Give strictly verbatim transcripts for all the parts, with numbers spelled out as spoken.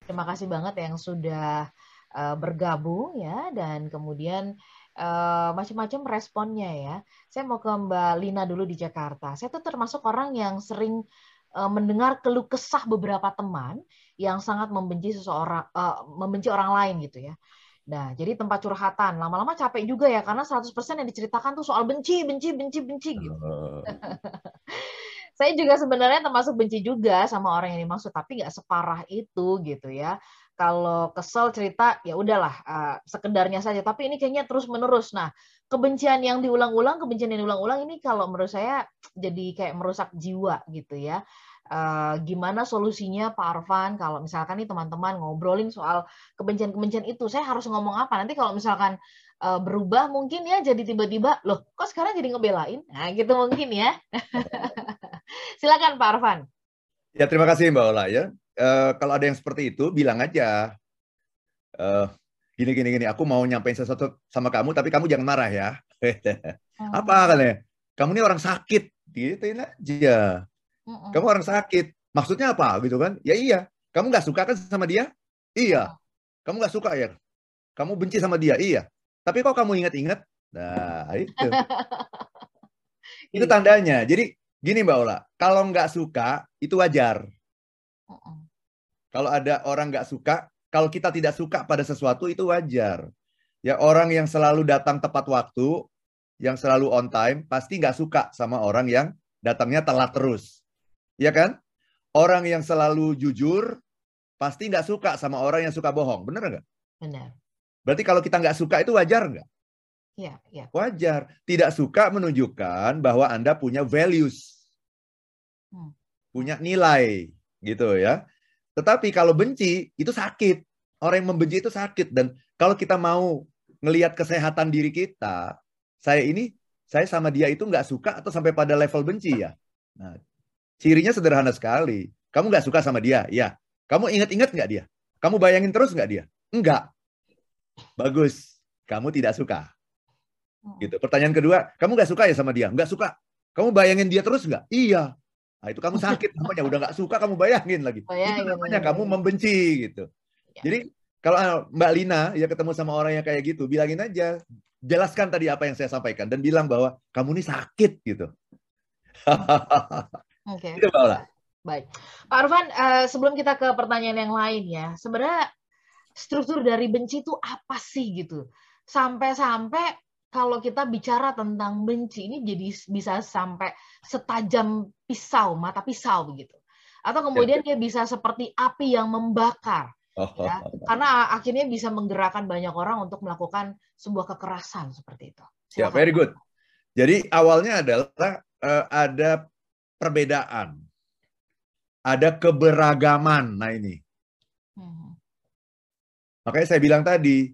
Terima kasih banget yang sudah uh, bergabung ya, dan kemudian uh, macam-macam responnya ya. Saya mau ke Mbak Lina dulu di Jakarta. Saya tuh termasuk orang yang sering uh, mendengar keluh kesah beberapa teman yang sangat membenci seseorang, uh, membenci orang lain gitu ya. Nah, jadi tempat curhatan. Lama-lama capek juga ya, karena seratus persen yang diceritakan tuh soal benci, benci, benci, benci gitu. Uh, Saya juga sebenarnya termasuk benci juga sama orang yang dimaksud, tapi nggak separah itu gitu ya. Kalau kesel cerita ya udahlah, uh, sekedarnya saja. Tapi ini kayaknya terus menerus. Nah, kebencian yang diulang-ulang, kebencian yang diulang-ulang ini kalau menurut saya jadi kayak merusak jiwa gitu ya. Uh, gimana solusinya Pak Arfan kalau misalkan nih teman-teman ngobrolin soal kebencian-kebencian itu, saya harus ngomong apa? Nanti kalau misalkan uh, berubah mungkin ya jadi tiba-tiba, loh kok sekarang jadi ngebelain? Nah gitu mungkin ya. Silakan Pak Arfan. ya terima kasih Mbak Ola ya. Uh, kalau ada yang seperti itu bilang aja. Uh, gini gini gini. Aku mau nyampein sesuatu sama kamu, tapi kamu jangan marah ya. Apa Oh, kan ya? Kamu ini orang sakit, gituin aja. Kamu mm-mm. orang sakit. Maksudnya apa gitu kan? Ya iya. Kamu nggak suka kan sama dia? Iya. Mm-mm. Kamu nggak suka ya? Kamu benci sama dia? Iya. Tapi kok kamu ingat-ingat? Nah itu. Itu Iya. tandanya. Jadi gini Mbak Ola, kalau nggak suka itu wajar. Mm-mm. Kalau ada orang nggak suka, kalau kita tidak suka pada sesuatu itu wajar. Ya orang yang selalu datang tepat waktu, yang selalu on time, pasti nggak suka sama orang yang datangnya telat terus. Ya kan? Orang yang selalu jujur, pasti nggak suka sama orang yang suka bohong. Bener nggak? Benar. Berarti kalau kita nggak suka itu wajar nggak? Iya, iya. Wajar. Tidak suka menunjukkan bahwa Anda punya values, Hmm. Hmm. punya nilai, gitu ya. Tetapi kalau benci, itu sakit. Orang yang membenci itu sakit. Dan kalau kita mau ngelihat kesehatan diri kita, saya ini, saya sama dia itu nggak suka atau sampai pada level benci ya. Nah, cirinya sederhana sekali. Kamu nggak suka sama dia, ya. Kamu ingat-ingat nggak dia? Kamu bayangin terus nggak dia? Enggak. Bagus. Kamu tidak suka. Mm-mm. Gitu. Pertanyaan kedua, kamu nggak suka ya sama dia? Nggak suka. Kamu bayangin dia terus nggak? Iya. Nah, itu kamu sakit namanya. Udah nggak suka, kamu bayangin lagi. Itu Bayangin, namanya iya, kamu iya. membenci gitu. Iya. Jadi kalau ah, Mbak Lina ya ketemu sama orang yang kayak gitu, bilangin aja, jelaskan tadi apa yang saya sampaikan dan bilang bahwa kamu ini sakit gitu. Hmm. Oke. Itu Mbak Ola. Baik. Pak Arfan, eh, sebelum kita ke pertanyaan yang lain ya, sebenarnya struktur dari benci itu apa sih gitu? Sampai-sampai kalau kita bicara tentang benci ini jadi bisa sampai setajam pisau, mata pisau begitu. Atau Ya. kemudian dia bisa seperti api yang membakar, ya. Karena akhirnya bisa menggerakkan banyak orang untuk melakukan sebuah kekerasan seperti itu. Ya, Silakan very Pak. good. Jadi awalnya adalah uh, ada perbedaan, ada keberagaman. Nah ini, Hmm. makanya saya bilang tadi,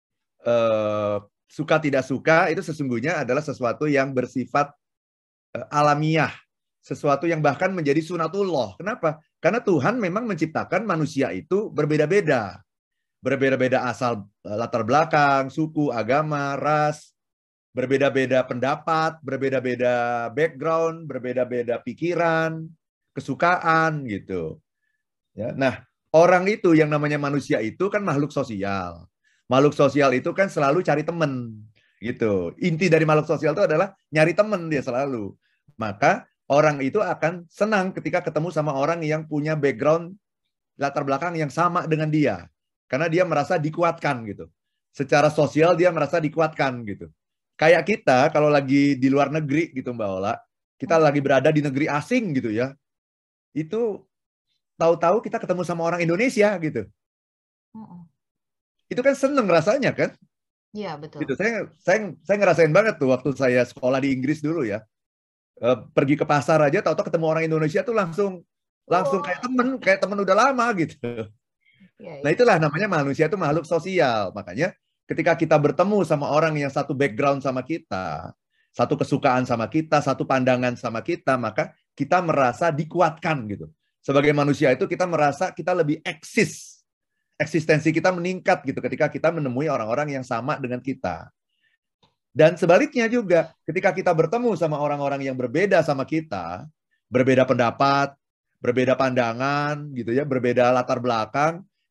uh, suka tidak suka itu sesungguhnya adalah sesuatu yang bersifat uh, alamiah, sesuatu yang bahkan menjadi sunatullah. Kenapa? Karena Tuhan memang menciptakan manusia itu berbeda-beda, berbeda-beda asal latar belakang, suku, agama, ras, berbeda-beda pendapat, berbeda-beda background, berbeda-beda pikiran, kesukaan gitu. Ya, nah, orang itu yang namanya manusia itu kan makhluk sosial. Makhluk sosial itu kan selalu cari teman gitu. Inti dari makhluk sosial itu adalah nyari teman dia selalu. Maka orang itu akan senang ketika ketemu sama orang yang punya background latar belakang yang sama dengan dia. Karena dia merasa dikuatkan gitu. Secara sosial dia merasa dikuatkan gitu. Kayak kita kalau lagi di luar negeri gitu Mbak Ola, kita Hmm. lagi berada di negeri asing gitu ya. Itu tahu-tahu kita ketemu sama orang Indonesia gitu. Hmm. Itu kan seneng rasanya kan? Iya, betul. Gitu. Saya saya saya ngerasain banget tuh waktu saya sekolah di Inggris dulu ya. Eh, pergi ke pasar aja tahu-tahu ketemu orang Indonesia tuh langsung langsung kayak Wah. temen, kayak temen udah lama gitu. Iya, Nah, iya. itulah namanya manusia itu makhluk sosial. Makanya ketika kita bertemu sama orang yang satu background sama kita, satu kesukaan sama kita, satu pandangan sama kita, maka kita merasa dikuatkan gitu. Sebagai manusia itu kita merasa kita lebih eksis. Eksistensi kita meningkat gitu ketika kita menemui orang-orang yang sama dengan kita. Dan sebaliknya juga, ketika kita bertemu sama orang-orang yang berbeda sama kita, berbeda pendapat, berbeda pandangan gitu ya, berbeda latar belakang,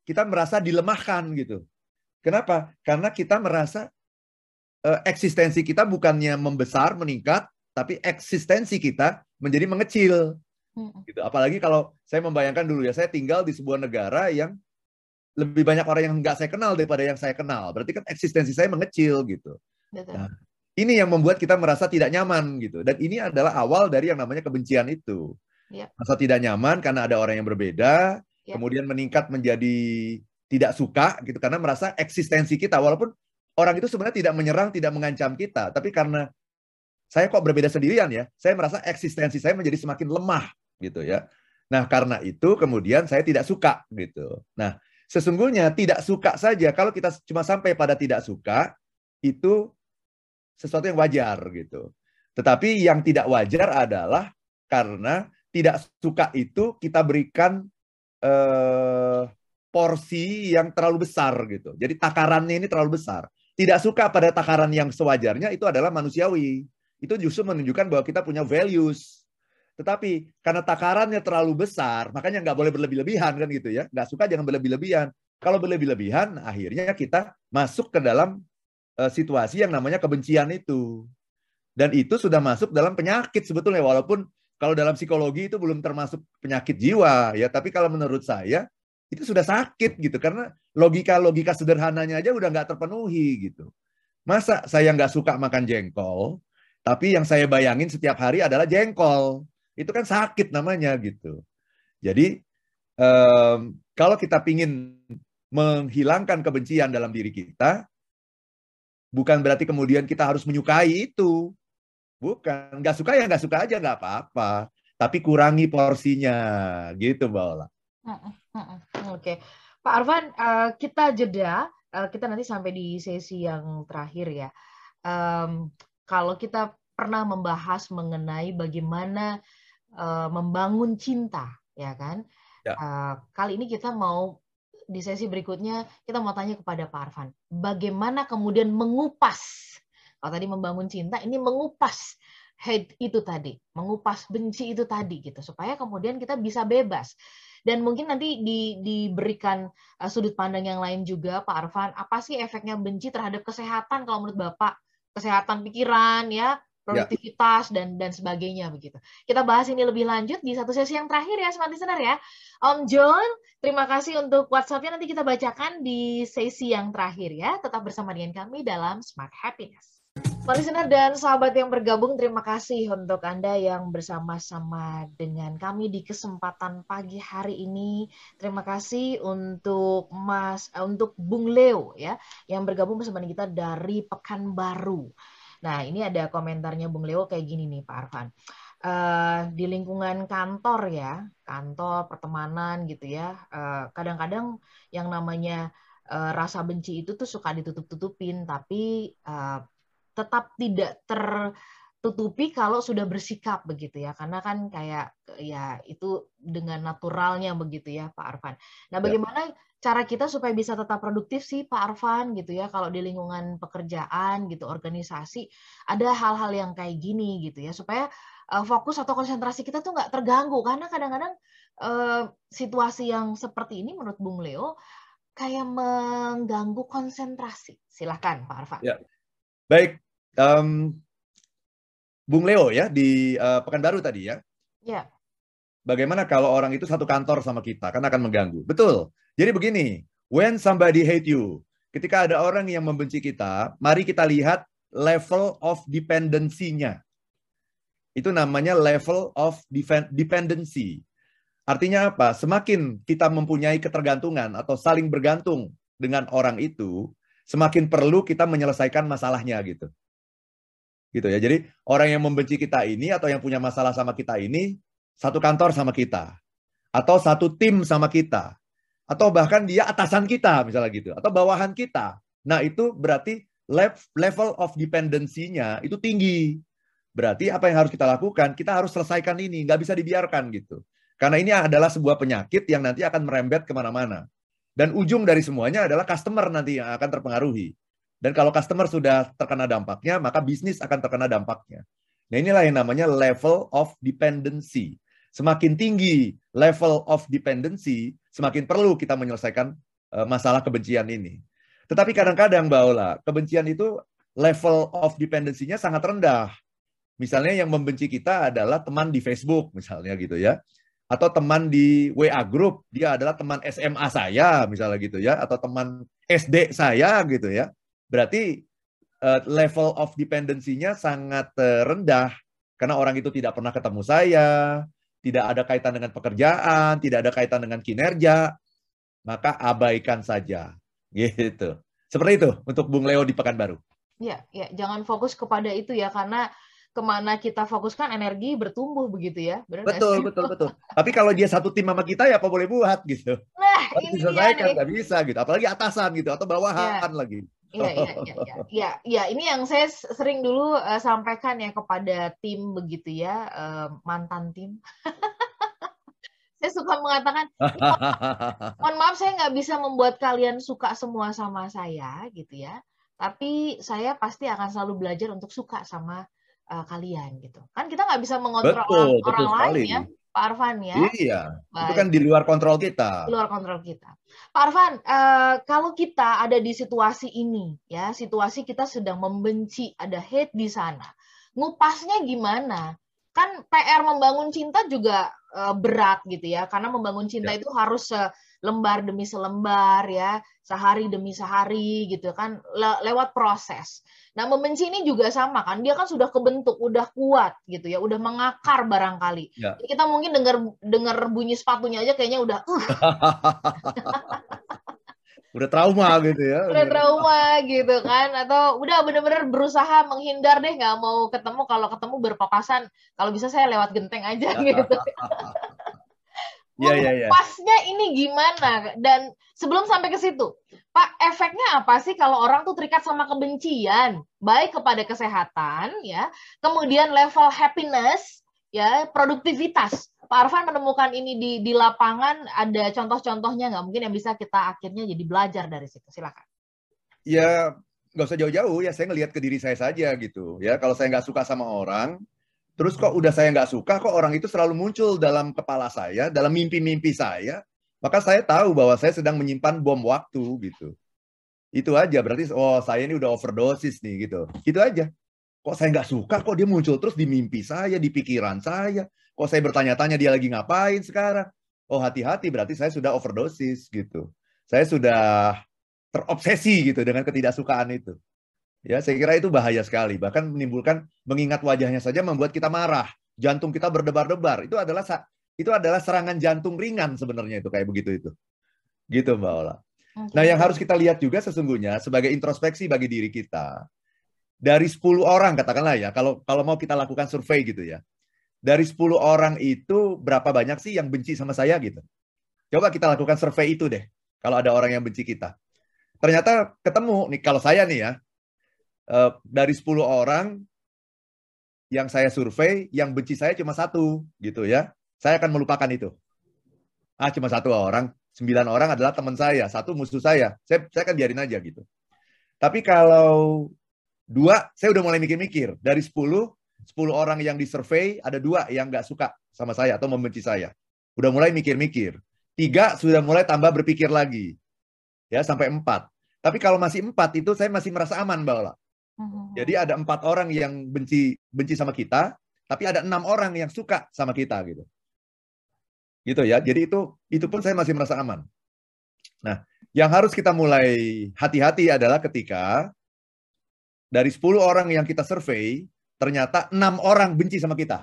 kita merasa dilemahkan gitu. Kenapa? Karena kita merasa uh, eksistensi kita bukannya membesar, meningkat, tapi eksistensi kita menjadi mengecil. Gitu. Apalagi kalau saya membayangkan dulu ya, saya tinggal di sebuah negara yang lebih banyak orang yang nggak saya kenal daripada yang saya kenal. Berarti kan eksistensi saya mengecil gitu. Nah, ini yang membuat kita merasa tidak nyaman gitu. Dan ini adalah awal dari yang namanya kebencian itu. Ya. Merasa tidak nyaman karena ada orang yang berbeda, ya. Kemudian meningkat menjadi tidak suka gitu karena merasa eksistensi kita, walaupun orang itu sebenarnya tidak menyerang, tidak mengancam kita, tapi karena saya kok berbeda sendirian ya, saya merasa eksistensi saya menjadi semakin lemah gitu ya. Nah, karena itu kemudian saya tidak suka gitu. Nah, sesungguhnya tidak suka saja, kalau kita cuma sampai pada tidak suka, itu sesuatu yang wajar gitu. Tetapi yang tidak wajar adalah karena tidak suka itu kita berikan eh, porsi yang terlalu besar gitu. Jadi takarannya ini terlalu besar. Tidak suka pada takaran yang sewajarnya itu adalah manusiawi. Itu justru menunjukkan bahwa kita punya values. Tetapi karena takarannya terlalu besar, makanya nggak boleh berlebih-lebihan kan gitu ya. Nggak suka jangan berlebih-lebihan. Kalau berlebih-lebihan, akhirnya kita masuk ke dalam uh, situasi yang namanya kebencian itu. Dan itu sudah masuk dalam penyakit sebetulnya. Walaupun kalau dalam psikologi itu belum termasuk penyakit jiwa ya. Tapi kalau menurut saya, itu sudah sakit gitu. Karena logika-logika sederhananya aja udah nggak terpenuhi gitu. Masa saya nggak suka makan jengkol, tapi yang saya bayangin setiap hari adalah jengkol. Itu kan sakit namanya gitu. Jadi um, kalau kita pingin menghilangkan kebencian dalam diri kita, bukan berarti kemudian kita harus menyukai itu. Bukan. Nggak suka ya nggak suka aja, nggak apa-apa. Tapi kurangi porsinya. Gitu, Mbak Ola. Oke. Pak Arfan, uh, kita jeda. Uh, kita nanti sampai di sesi yang terakhir ya. Um, kalau kita pernah membahas mengenai bagaimana uh, membangun cinta, ya kan? Ya. Uh, kali ini kita mau di sesi berikutnya kita mau tanya kepada Pak Arfan, bagaimana kemudian mengupas, kalau tadi membangun cinta, ini mengupas hate itu tadi, mengupas benci itu tadi gitu, supaya kemudian kita bisa bebas. Dan mungkin nanti di, diberikan uh, sudut pandang yang lain juga, Pak Arfan, apa sih efeknya benci terhadap kesehatan kalau menurut Bapak? Kesehatan pikiran, ya, produktivitas, ya. dan dan sebagainya begitu. Kita bahas ini lebih lanjut di satu sesi yang terakhir ya, Smart Listener ya. Om John, terima kasih untuk WhatsApp-nya, nanti kita bacakan di sesi yang terakhir ya. Tetap bersama dengan kami dalam Smart Happiness. Smart Listener dan sahabat yang bergabung, terima kasih untuk Anda yang bersama-sama dengan kami di kesempatan pagi hari ini. Terima kasih untuk Mas, untuk Bung Leo ya, yang bergabung bersama kita dari Pekanbaru. Nah, ini ada komentarnya Bung Leo kayak gini nih, Pak Arfan. Uh, di lingkungan kantor ya, kantor, pertemanan gitu ya, uh, kadang-kadang yang namanya uh, rasa benci itu tuh suka ditutup-tutupin, tapi uh, tetap tidak tertutupi kalau sudah bersikap begitu ya, karena kan kayak ya itu dengan naturalnya begitu ya, Pak Arfan. Nah, bagaimana ya. Cara kita supaya bisa tetap produktif sih Pak Arfan gitu ya, kalau di lingkungan pekerjaan gitu, organisasi ada hal-hal yang kayak gini gitu ya, supaya uh, fokus atau konsentrasi kita tuh nggak terganggu, karena kadang-kadang uh, situasi yang seperti ini menurut Bung Leo kayak mengganggu konsentrasi. Silahkan Pak Arfan. Ya. Baik, um, Bung Leo ya di uh, Pekanbaru tadi ya. Ya. Bagaimana kalau orang itu satu kantor sama kita, kan akan mengganggu. Betul. Jadi begini, when somebody hate you, ketika ada orang yang membenci kita, mari kita lihat level of dependency-nya. Itu namanya level of dependency. Artinya apa? Semakin kita mempunyai ketergantungan atau saling bergantung dengan orang itu, semakin perlu kita menyelesaikan masalahnya gitu. Gitu ya. Jadi orang yang membenci kita ini atau yang punya masalah sama kita ini, satu kantor sama kita. Atau satu tim sama kita. Atau bahkan dia atasan kita misalnya gitu, atau bawahan kita. Nah, itu berarti level of dependency-nya itu tinggi. Berarti apa yang harus kita lakukan? Kita harus selesaikan ini, nggak bisa dibiarkan gitu. Karena ini adalah sebuah penyakit yang nanti akan merembet kemana-mana. Dan ujung dari semuanya adalah customer nanti yang akan terpengaruhi. Dan kalau customer sudah terkena dampaknya, maka bisnis akan terkena dampaknya. Nah, inilah yang namanya level of dependency. Semakin tinggi level of dependency, semakin perlu kita menyelesaikan uh, masalah kebencian ini. Tetapi kadang-kadang Mbak Ola, kebencian itu level of dependency-nya sangat rendah. Misalnya yang membenci kita adalah teman di Facebook misalnya gitu ya. Atau teman di W A group, dia adalah teman S M A saya misalnya gitu ya, atau teman S D saya gitu ya. Berarti uh, level of dependency-nya sangat uh, rendah karena orang itu tidak pernah ketemu saya, tidak ada kaitan dengan pekerjaan, tidak ada kaitan dengan kinerja, maka abaikan saja. Gitu. Seperti itu untuk Bung Leo di Pekanbaru. Ya, ya, jangan fokus kepada itu ya, karena kemana kita fokuskan energi bertumbuh begitu ya. Benar betul, betul, betul. Tapi kalau dia satu tim sama kita ya apa boleh buat gitu. Nah, harus ini diselesaikan, nggak bisa gitu. Apalagi atasan gitu atau bawahan ya. lagi. Iya, iya, iya, iya, ya, ya, ini yang saya sering dulu uh, sampaikan ya kepada tim begitu ya, uh, mantan tim. Saya suka mengatakan, mohon maaf saya nggak bisa membuat kalian suka semua sama saya gitu ya, tapi saya pasti akan selalu belajar untuk suka sama uh, kalian gitu. Kan kita nggak bisa mengontrol betul, orang, betul orang lain ya, Pak Arfan ya. Iya, Baik. Itu kan di luar kontrol kita. Di luar kontrol kita. Pak Arfan, uh, kalau kita ada di situasi ini, ya, situasi kita sedang membenci, ada hate di sana, ngupasnya gimana? Kan P R membangun cinta juga uh, berat gitu ya, karena membangun cinta ya. Itu harus uh, lembar demi selembar ya, sehari demi sehari gitu kan, le- lewat proses. Nah, membenci ini juga sama kan, dia kan sudah kebentuk, udah kuat gitu ya, udah mengakar barangkali. Ya. Jadi kita mungkin dengar dengar bunyi sepatunya aja kayaknya udah uh. udah trauma gitu ya. Udah trauma gitu kan, atau udah bener-bener berusaha menghindar deh, nggak mau ketemu, kalau ketemu berpapasan, kalau bisa saya lewat genteng aja gitu. Iya, iya, iya. Pasnya ini gimana? Dan sebelum sampai ke situ, Pak, efeknya apa sih kalau orang tuh terikat sama kebencian, baik kepada kesehatan, ya, kemudian level happiness, ya, produktivitas. Pak Arfan menemukan ini di di lapangan, ada contoh-contohnya nggak? Mungkin yang bisa kita akhirnya jadi belajar dari situ. Silakan. Ya, nggak usah jauh-jauh ya. Saya ngelihat ke diri saya saja gitu. Ya, kalau saya nggak suka sama orang, terus kok udah saya nggak suka, kok orang itu selalu muncul dalam kepala saya, dalam mimpi-mimpi saya, maka saya tahu bahwa saya sedang menyimpan bom waktu gitu. Itu aja, berarti oh saya ini udah overdosis nih gitu. Itu aja. Kok saya nggak suka, kok dia muncul terus di mimpi saya, di pikiran saya. Kok saya bertanya-tanya dia lagi ngapain sekarang. Oh hati-hati, berarti saya sudah overdosis gitu. Saya sudah terobsesi gitu dengan ketidaksukaan itu. Ya, saya kira itu bahaya sekali. Bahkan menimbulkan, mengingat wajahnya saja membuat kita marah. Jantung kita berdebar-debar. Itu adalah itu adalah serangan jantung ringan sebenarnya itu, kayak begitu itu. Gitu Mbak Ola. Okay. Nah, yang harus kita lihat juga sesungguhnya sebagai introspeksi bagi diri kita. Dari sepuluh orang katakanlah ya, kalau kalau mau kita lakukan survei gitu ya. Dari sepuluh orang itu berapa banyak sih yang benci sama saya gitu. Coba kita lakukan survei itu deh. Kalau ada orang yang benci kita. Ternyata ketemu nih, kalau saya nih ya, Uh, dari sepuluh orang yang saya survei, yang benci saya cuma satu, gitu ya. Saya akan melupakan itu. Ah, cuma satu orang, sembilan orang adalah teman saya, satu musuh saya. Saya, saya akan biarin aja gitu. Tapi kalau dua, saya udah mulai mikir-mikir. Dari sepuluh, sepuluh orang yang disurvei, ada dua yang nggak suka sama saya atau membenci saya. Udah mulai mikir-mikir. Tiga, sudah mulai tambah berpikir lagi. Ya, sampai empat. Tapi kalau masih empat, itu saya masih merasa aman, Mbak Ola. Jadi ada empat orang yang benci benci sama kita, tapi ada enam orang yang suka sama kita gitu. Gitu ya. Jadi itu itu pun saya masih merasa aman. Nah, yang harus kita mulai hati-hati adalah ketika dari sepuluh orang yang kita survei, ternyata enam orang benci sama kita.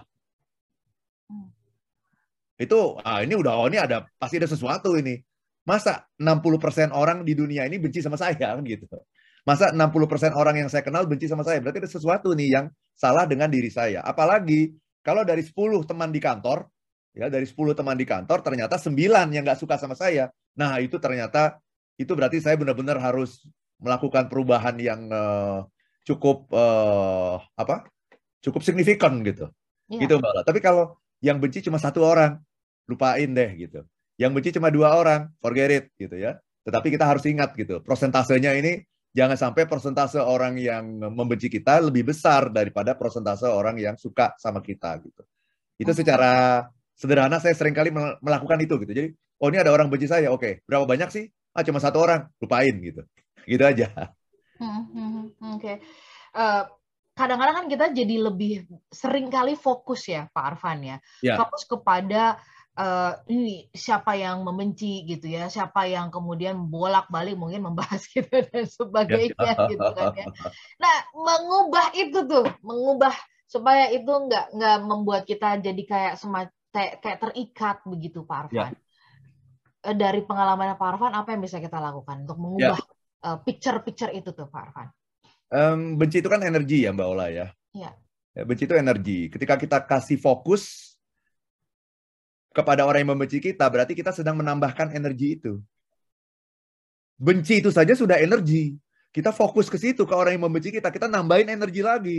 Itu ah ini udah oh ini ada pasti ada sesuatu ini. Masa enam puluh persen orang di dunia ini benci sama saya gitu. Masa enam puluh persen orang yang saya kenal benci sama saya? Berarti ada sesuatu nih yang salah dengan diri saya. Apalagi kalau dari sepuluh teman di kantor, ya dari sepuluh teman di kantor, ternyata sembilan yang nggak suka sama saya. Nah, itu ternyata, itu berarti saya benar-benar harus melakukan perubahan yang uh, cukup, uh, apa? Cukup signifikan gitu. Ya. Gitu, Mbak. Tapi kalau yang benci cuma satu orang, lupain deh gitu. Yang benci cuma dua orang, forget it gitu ya. Tetapi kita harus ingat gitu, prosentasenya ini, jangan sampai persentase orang yang membenci kita lebih besar daripada persentase orang yang suka sama kita gitu. Itu secara sederhana saya seringkali melakukan itu gitu. Jadi, oh ini ada orang benci saya, oke. Berapa banyak sih ah cuma satu orang, lupain gitu. Gitu aja. Hmm, hmm, hmm, Oke. Okay. Uh, kadang-kadang kan kita jadi lebih sering kali fokus ya Pak Arfan ya. Ya. Fokus kepada uh, ini siapa yang membenci gitu ya, siapa yang kemudian bolak-balik mungkin membahas gitu dan sebagainya Ya. gitu kan ya. Nah, mengubah itu tuh, mengubah supaya itu nggak nggak membuat kita jadi kayak semacam kayak terikat begitu Pak Arfan. Ya. Dari pengalaman Pak Arfan, apa yang bisa kita lakukan untuk mengubah ya. uh, picture-picture itu tuh Pak Arfan? Um, benci itu kan energi ya Mbak Ola ya. Ya. Benci itu energi. Ketika kita kasih fokus kepada orang yang membenci kita, berarti kita sedang menambahkan energi itu. Benci itu saja sudah energi. Kita fokus ke situ, ke orang yang membenci kita, kita nambahin energi lagi.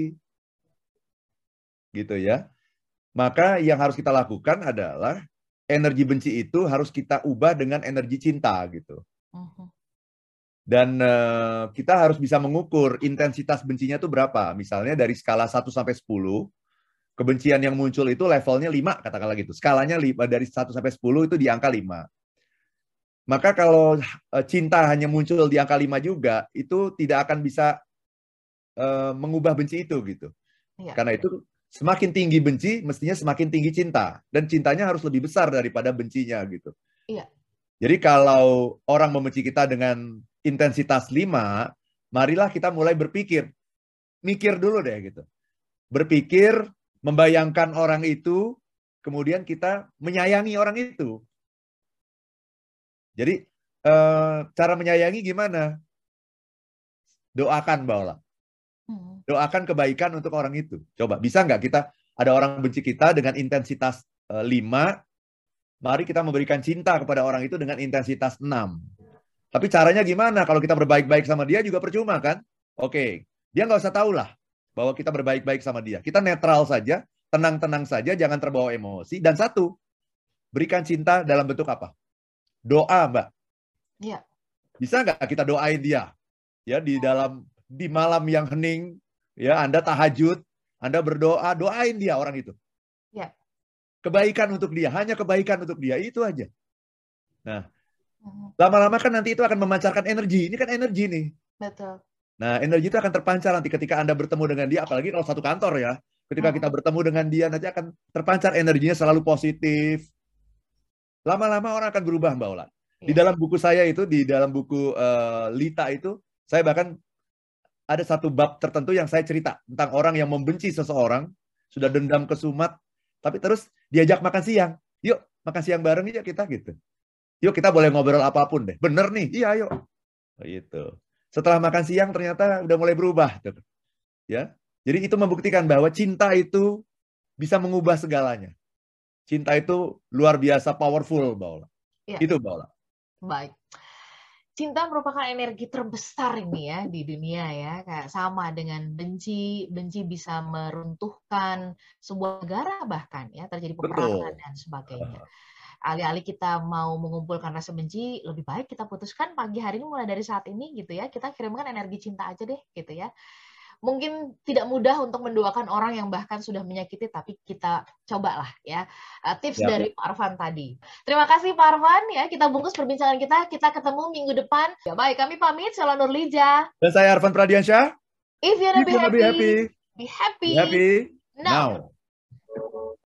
Gitu ya. Maka yang harus kita lakukan adalah energi benci itu harus kita ubah dengan energi cinta gitu. Uh-huh. Dan uh, kita harus bisa mengukur intensitas bencinya itu berapa. Misalnya dari skala satu sampai sepuluh, kebencian yang muncul itu levelnya lima, katakanlah gitu. Skalanya lima, dari satu sampai sepuluh itu di angka lima. Maka kalau uh, cinta hanya muncul di angka lima juga, itu tidak akan bisa uh, mengubah benci itu gitu. Ya. Karena itu semakin tinggi benci, mestinya semakin tinggi cinta. Dan cintanya harus lebih besar daripada bencinya gitu. Iya. Jadi kalau orang membenci kita dengan intensitas lima, marilah kita mulai berpikir. Mikir dulu deh gitu. Berpikir, membayangkan orang itu, kemudian kita menyayangi orang itu. Jadi eh, cara menyayangi gimana? Doakan Mbak Ola. Doakan kebaikan untuk orang itu. Coba, bisa nggak kita, ada orang benci kita dengan intensitas eh, lima, mari kita memberikan cinta kepada orang itu dengan intensitas enam. Tapi caranya gimana? Kalau kita berbaik-baik sama dia juga percuma kan? Oke, dia nggak usah tahu lah bahwa kita berbaik-baik sama dia. Kita netral saja, tenang-tenang saja, jangan terbawa emosi. Dan satu, berikan cinta dalam bentuk apa? Doa, Mbak. Iya. Bisa nggak kita doain dia? Ya, di dalam di malam yang hening, ya Anda tahajud, Anda berdoa, doain dia orang itu. Iya. Kebaikan untuk dia, hanya kebaikan untuk dia, itu aja. Nah, lama-lama kan nanti itu akan memancarkan energi. Ini kan energi nih. Betul. Nah, energi itu akan terpancar nanti ketika Anda bertemu dengan dia, apalagi kalau satu kantor ya. Ketika kita bertemu dengan dia, nanti akan terpancar energinya selalu positif. Lama-lama orang akan berubah, Mbak Ola. Di dalam buku saya itu, di dalam buku uh, Lita itu, saya bahkan ada satu bab tertentu yang saya cerita tentang orang yang membenci seseorang, sudah dendam kesumat, tapi terus diajak makan siang. Yuk, makan siang bareng ya kita gitu. Yuk kita boleh ngobrol apapun deh. Bener nih, iya yuk. Gitu. Setelah makan siang ternyata udah mulai berubah. Gitu. Ya, jadi itu membuktikan bahwa cinta itu bisa mengubah segalanya. Cinta itu luar biasa powerful, Mbak Ola. Ya. Itu, Mbak Ola. Baik. Cinta merupakan energi terbesar ini ya di dunia ya, kayak sama dengan benci, benci bisa meruntuhkan sebuah negara bahkan ya, terjadi peperangan Betul. Dan sebagainya. Alih-alih kita mau mengumpulkan rasa benci, lebih baik kita putuskan pagi hari ini mulai dari saat ini gitu ya, kita kirimkan energi cinta aja deh gitu ya. Mungkin tidak mudah untuk mendoakan orang yang bahkan sudah menyakiti, tapi kita cobalah ya. Uh, tips ya. Dari Pak Arfan tadi. Terima kasih Pak Arfan ya. Kita bungkus perbincangan kita. Kita ketemu minggu depan. Ya, baik, kami pamit. Saya Nurlija. Dan saya Arfan Pradiansyah. If you wanna, If be, you wanna happy, be happy, be happy, be happy now. now.